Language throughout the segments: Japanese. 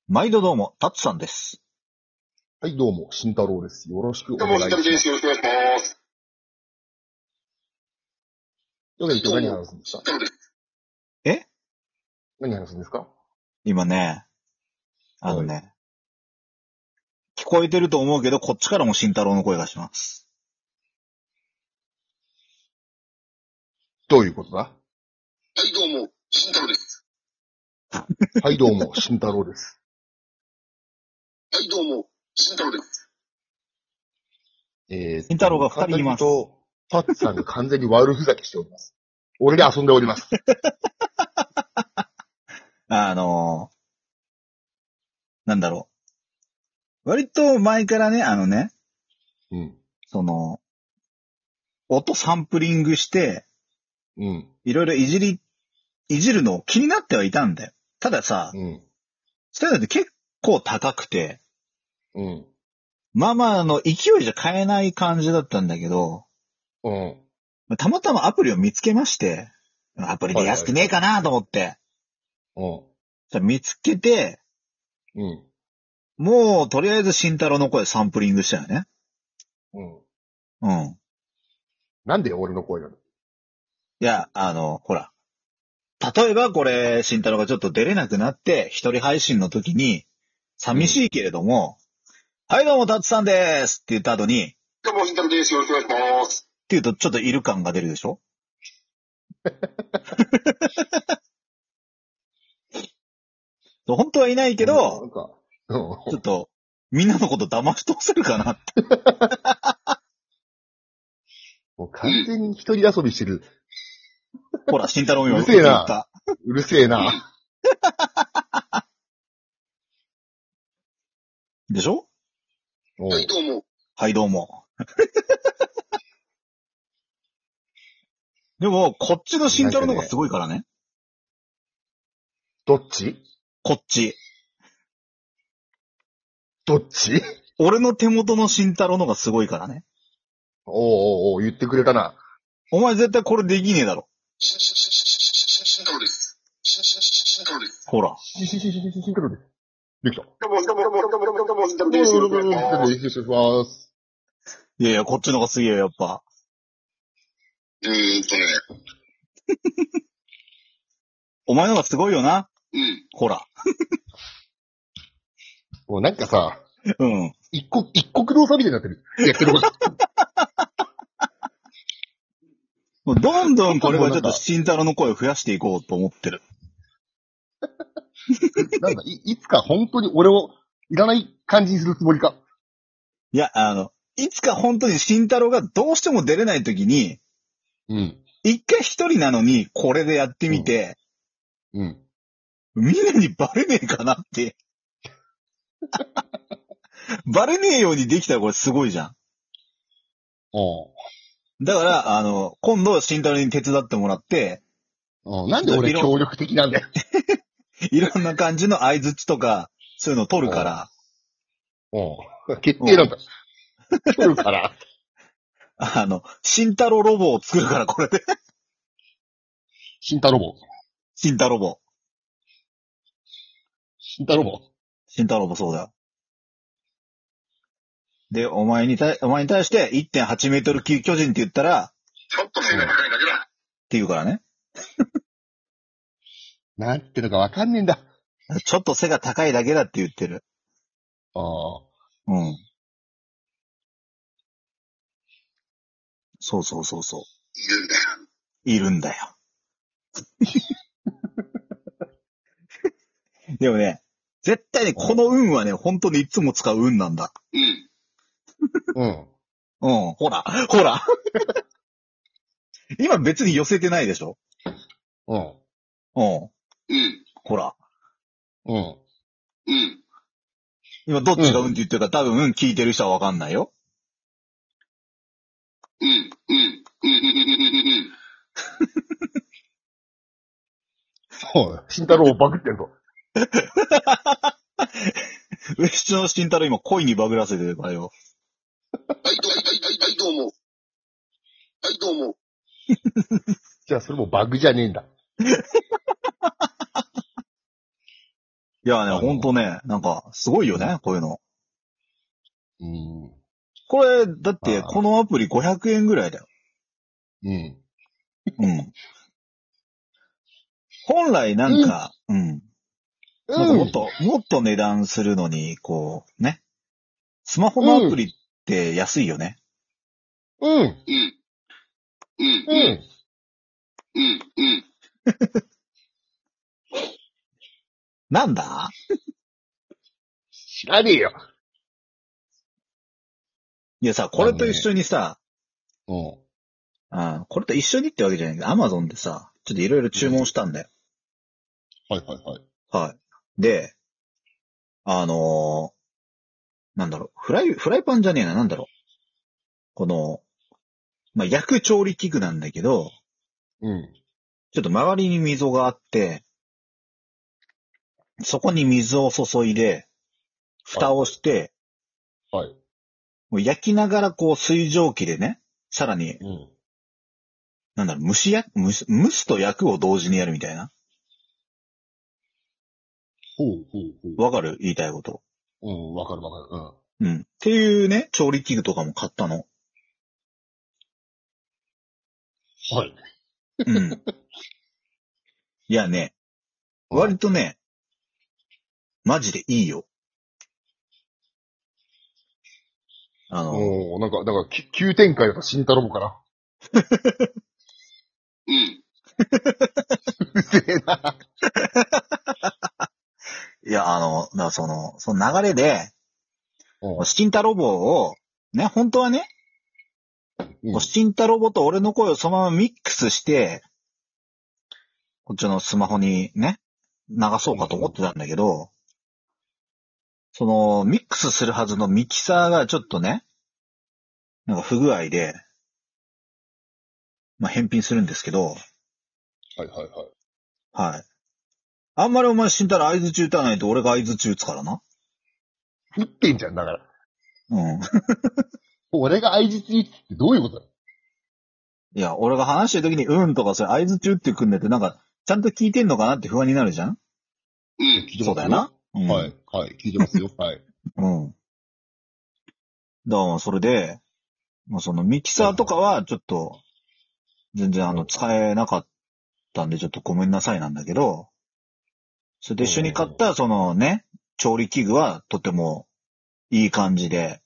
毎度どうも、タツさんです。 はい、どうも、慎太郎です。よろしくおどうも、 願いします。 慎太郎です。よろしくお願いします。 というわけで今日何話すんですか？ 慎太郎です。 え何話すんですか？ 今ね、 はい。 聞こえてると思うけど、こっちからも慎太郎の声がします。 どういうことだ？ はい、どうも、慎太郎です。 はい、どうも、慎太郎です。 はい、どうも、慎太郎です。 慎太郎が二簡単に言人います。 うと、タッツさんが完全に悪ふざけしております。俺で遊んでおります。 あのなんだろう。割と前からね、 うん。 音サンプリングして、 うん。 いろいろいじるの気になってはいたんだよ。たださ、 うん。 そういうのって結構高くて、 うん。 まあまあ勢いじゃ買えない感じだったんだけど、 うん。 たまたまアプリを見つけまして、アプリで安くねえかなと思って、 うじゃあ見つけて、 ん。うん。 もう、とりあえず慎太郎の声サンプリングしたよね。 うん。 うん。 なんで俺の声なの？ いや、ほら。例えばこれ、慎太郎がちょっと出れなくなって、一人配信の時に、寂しいけれども、はいどうも、たつさんでーすって言った後に、っどうも、慎太郎です。よろしくお願いします。 て言うとちょっといる感が出るでしょ？本当はいないけど、 なんか、 ちょっと、みんなのこと騙し通せるかなって。 もう完全に一人遊びしてる。 ほら、慎太郎う今るせえな。 言った。 うるせえな。 でしょ？ はい、どうも。 はい、どうも。でも、こっちの慎太郎の方がすごいからね。 どっち？ こっち。 どっち？ 俺の手元の慎太郎の方がすごいからね。 おうおうおう、言ってくれたな。 お前絶対これできねえだろ。 慎太郎です。慎太郎です。 ほら。 シンクロです。できた。 どうも、慎太郎です。よろしくお願いします。 失礼します。 いやいや、こっちの方がすげえよ、やっぱ。 ね。 お前の方がすごいよな。 うん。 ほら。 もうなんかさ、 うん。 一国道差みたいになってる。やってること。 もうどんどんこれからちょっと慎太郎の声を増やしていこうと思ってる。 なんだ、いつか本当に俺をいらない感じにするつもりか。 いや、いつか本当に慎太郎がどうしても出れない時に、 うん。 一回一人なのにこれでやってみて、 うん。 みんなにバレねえかなって。バレねえようにできたらこれすごいじゃん。 おだから、今度慎太郎に手伝ってもらって、 うなんで俺協力的なんだよ。 いろんな感じの相槌とか、そういうのを取るから。 決定なんだ。取るから。 慎太郎ロボを作るから、これで。 慎太郎ボ。 慎太ロボ。 慎太郎ボ。 慎太ロボそうだよ。で、お前に対して1.8メートル級巨人って言ったら、 ちょっと背が高いだけだ。 って言うからね。 なんてのかわかんねえんだ。 ちょっと背が高いだけだって言ってる。 ああ。 うん。そうそうそうそう。 いるんだよ。 いるんだよ。でもね、絶対ね、この運はね、本当にいつも使う運なんだ。 うん。 うん。 うん、ほら、ほら。今別に寄せてないでしょ？ うん。 うん。 うん。 ほら。 うん。 うん。 今どっちが運って言ってるか多分聞いてる人はわかんないよ。 うん。うん。うん。 そう。慎太郎バグってんぞ。 上七の慎太郎今恋にバグらせてるからよ。 はい、どうも。はい、どうも。 じゃあそれもバグじゃねえんだ。 いやね、ほんとね、なんか、すごいよね、こういうの。これ、だって、このアプリ500円ぐらいだよ。うん。本来なんか、なんかもっと値段するのに、こう、ね。スマホのアプリって安いよね。なんだ知らねえよ。 いやさ、これと一緒にさ、これと一緒にってわけじゃないけど、アマゾンでさ、ちょっといろいろ注文したんだよ。 はいはいはい。 はい。で、なんだろう、フライパンじゃねえな、なんだろう。この、まあ、焼く調理器具なんだけど、ちょっと周りに溝があって、そこに水を注いで、蓋をして、もう焼きながらこう水蒸気でね、さらに、なんだろう、蒸すと焼くを同時にやるみたいな。わかる言いたいこと。 わかるわかる。っていうね、調理器具とかも買ったの。 はい。 いやね、割とね、マジでいいよ。 なんか、急展開だった新太郎かな。うぜえな。 いや、だからその流れで、新太ロボを、ね、本当はね、新太ロボと俺の声をそのままミックスして、こっちのスマホにね、流そうかと思ってたんだけど、その、ミックスするはずのミキサーがちょっとね、なんか不具合で、まあ、返品するんですけど、 はいはいはい。 はい。あんまりお前死んだら合図中打たないと俺が合図中打つからな。 打ってんじゃん、だから。 うん。 俺が合図中ってどういうことだよ。 いや、俺が話してる時にとかそれ合図中ってくんだってなんか、ちゃんと聞いてんのかなって不安になるじゃん。 聞いてますよ。 そうだよな。 はい、はい、聞いてますよ。はい。 だからそれで、まあ、そのミキサーとかはちょっと、全然使えなかったんでちょっとごめんなさいなんだけど、それで一緒に買ったそのね、調理器具はとてもいい感じで、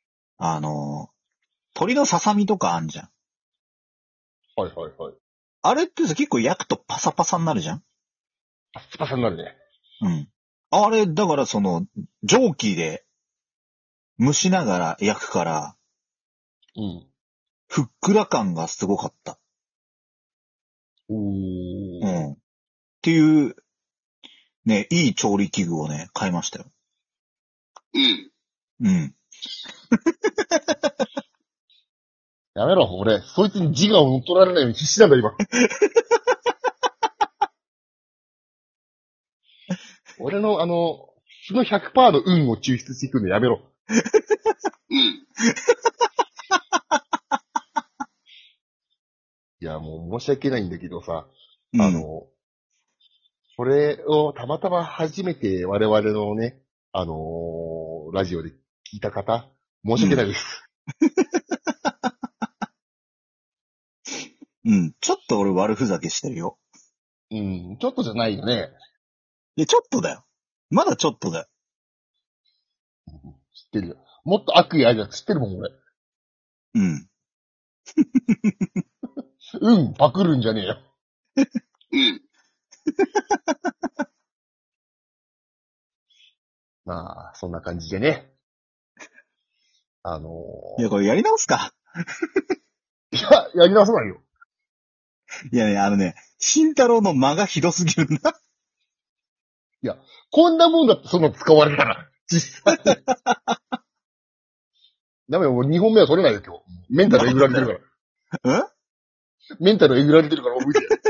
鶏のささみとかあんじゃん。 はいはいはい。 あれってさ結構焼くとパサパサになるじゃん。 パサパサになるね。 あれ、だからその、蒸気で蒸しながら焼くから、ふっくら感がすごかった。っていう、ね、いい調理器具をね、買いましたよ。 やめろ、俺、そいつに自我を乗っ取られないように必死なんだ、今。俺のその100%の運を抽出していくのやめろ。いや、もう申し訳ないんだけどさ、これをたまたま初めて我々のね、ラジオで聞いた方、申し訳ないです。 ちょっと俺悪ふざけしてるよ。 ちょっとじゃないよね。 いや、ちょっとだよ。まだちょっとだよ。 知ってるよ。もっと悪意あるやつ知ってるもん、俺。パクるんじゃねえよ。まあ、そんな感じでね。 いや、これやり直すか。 いや、やり直さないよ。 いやね、慎太郎の間がひどすぎるんだ。 いや、こんなもんだってそんな使われたら。実際。ダメよ、もう2本目は取れないよ、今日。メンタルえぐられてるから。メンタルえぐられてるから、もう無理だよ。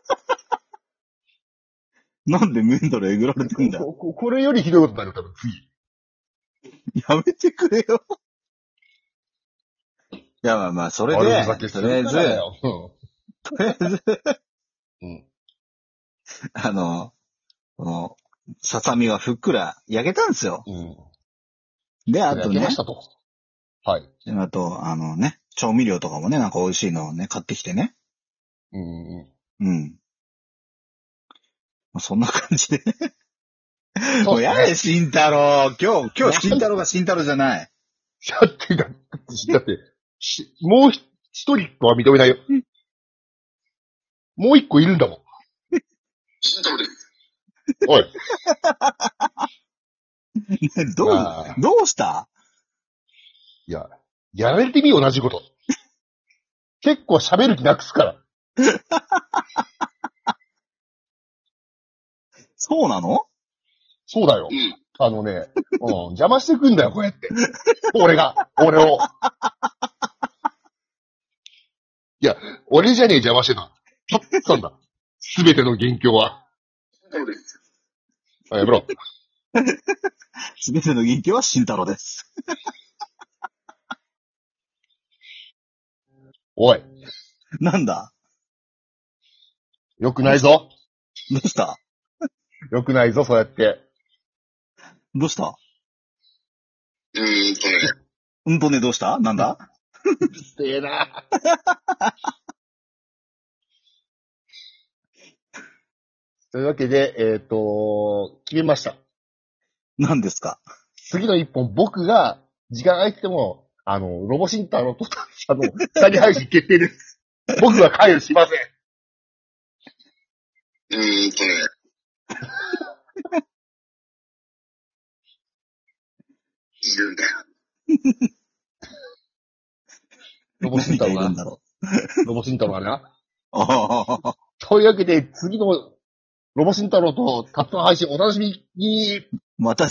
なんでメンタルえぐられてんだよ。 これよりひどいことになるよ、多分、次。 やめてくれよ。いや、まあ、それで、とりあえず、この、 ささみがふっくら焼けたんですよ。で、あとね焼けまし、たと。はい。 あと、調味料とかもね、なんか美味しいのをね、買ってきてね。うん。まあそんな感じで。もうやれ、慎太郎。今日、慎太郎が慎太郎じゃない。 だって、もう一人とは認めないよ。もう一個いるんだもん。 慎太郎です。 おい。 どうしたいや、やられてみよ、同じこと。結構喋る気なくすから。 そうなの？ そうだよ。 うん。 邪魔してくんだよ、こうやって。俺を。いや、俺じゃねえ邪魔してた。たったんだ。すべての元凶は。 慎太郎です。 やめろ。 すべての元気は慎太郎です。 おい、 なんだ？ よくないぞ。 どうした？ よくないぞ、そうやって。 どうした？どうした？なんだ？ うるせえな。というわけで、決めました。 何ですか？ 次の一本、僕が、時間空いてても、ロボシンタロと、二人配信決定です。僕は関与しません。 いるんだよ。 ロボシンタロな。 何がいるんだろロボシンタロはな。 う。あというわけで、次のロボシンタロとタップ配信お楽しみに。 また